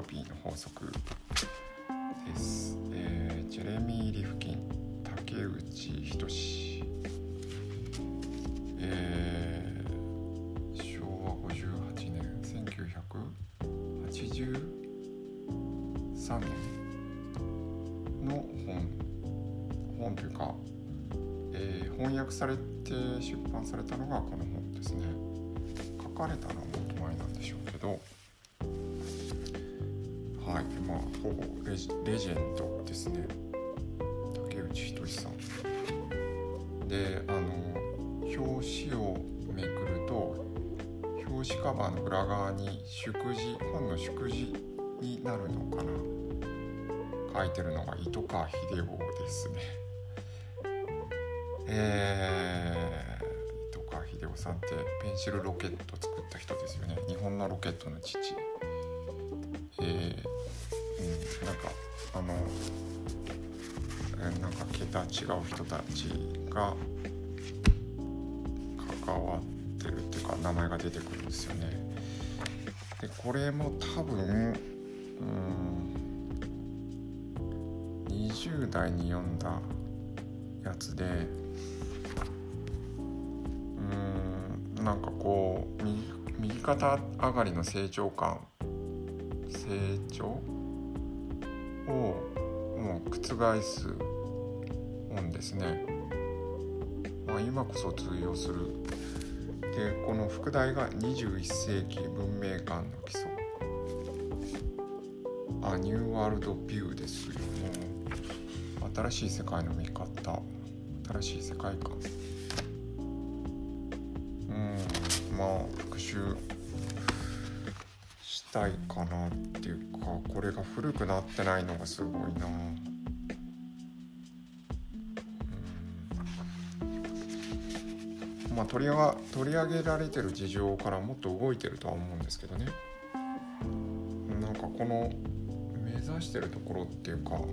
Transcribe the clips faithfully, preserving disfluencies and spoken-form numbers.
ピーの法則です。えー、ジェレミー・リフキン、竹内仁、えー、しょうわごじゅうはちねん、せんきゅうひゃくはちじゅうさんねんの本本というか、えー、翻訳されて出版されたのがこの本ですね。書かれたのはもっと前なんでしょうけど、はい、まあほぼレジ、レジェンドですね。竹内仁さんで、あの表紙をめくると表紙カバーの裏側に祝辞、本の祝辞になるのかな、書いてるのが糸川英夫ですね。えー、糸川英夫さんってペンシルロケット作った人ですよね。日本のロケットの父。えー、うん、なんかあの、えー、なんか桁違う人たちが関わってるっていうか名前が出てくるんですよね。でこれも多分、うん、にじゅう代に読んだやつで、うーん、なんかこう 右, 右肩上がりの成長感成長をもう覆す本ですね。まあ、今こそ通用する。でこの副題がにじゅういっせいき文明観の基礎、A New World View ですよ。もう新しい世界の見方、新しい世界観。うん、まあ復習したいかなっていうか、これが古くなってないのがすごいな。うん、まあ取り上げ、取り上げられてる事情からもっと動いてるとは思うんですけどね。なんかこの目指してるところっていうか、本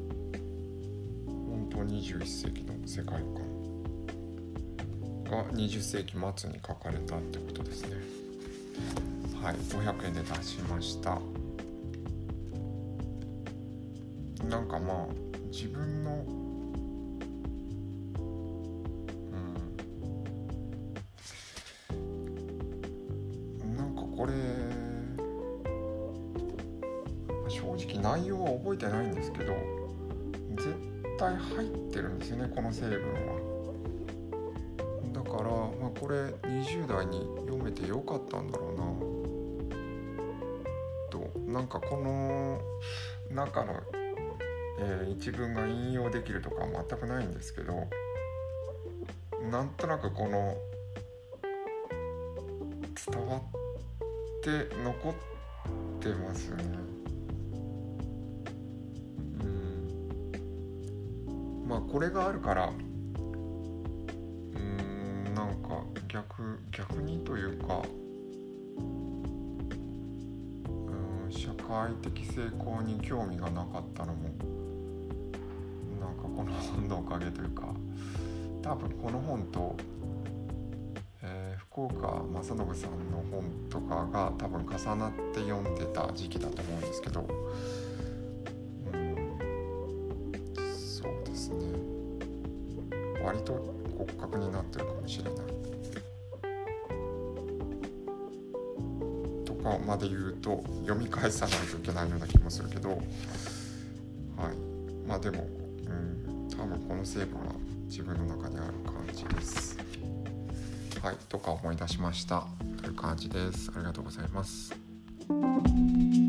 当にじゅういっせいきの世界観がにじゅっせいき末に書かれたってことですね。はい、ごひゃくえんで出しました。なんかまあ自分の、うん、なんかこれ正直内容は覚えてないんですけど、絶対入ってるんですよね、この成分は。だから、まあ、これにじゅう代に読めてよかったんだろうなと。なんかこの中の、えー、一文が引用できるとかは全くないんですけど、なんとなくこの伝わって残ってますよね。うん、まあこれがあるから、うーん、なんか逆逆にというか、社会的成功に興味がなかったのもなんかこの本のおかげというか、多分この本と、えー、福岡正信さんの本とかが多分重なって読んでた時期だと思うんですけど、うん、そうですね、割と骨格になってるかもしれないまで言うと読み返さないといけないような気もするけど、はい、まあでも、うん、多分この成分は自分の中にある感じです。はい、とか思い出しましたという感じです。ありがとうございます。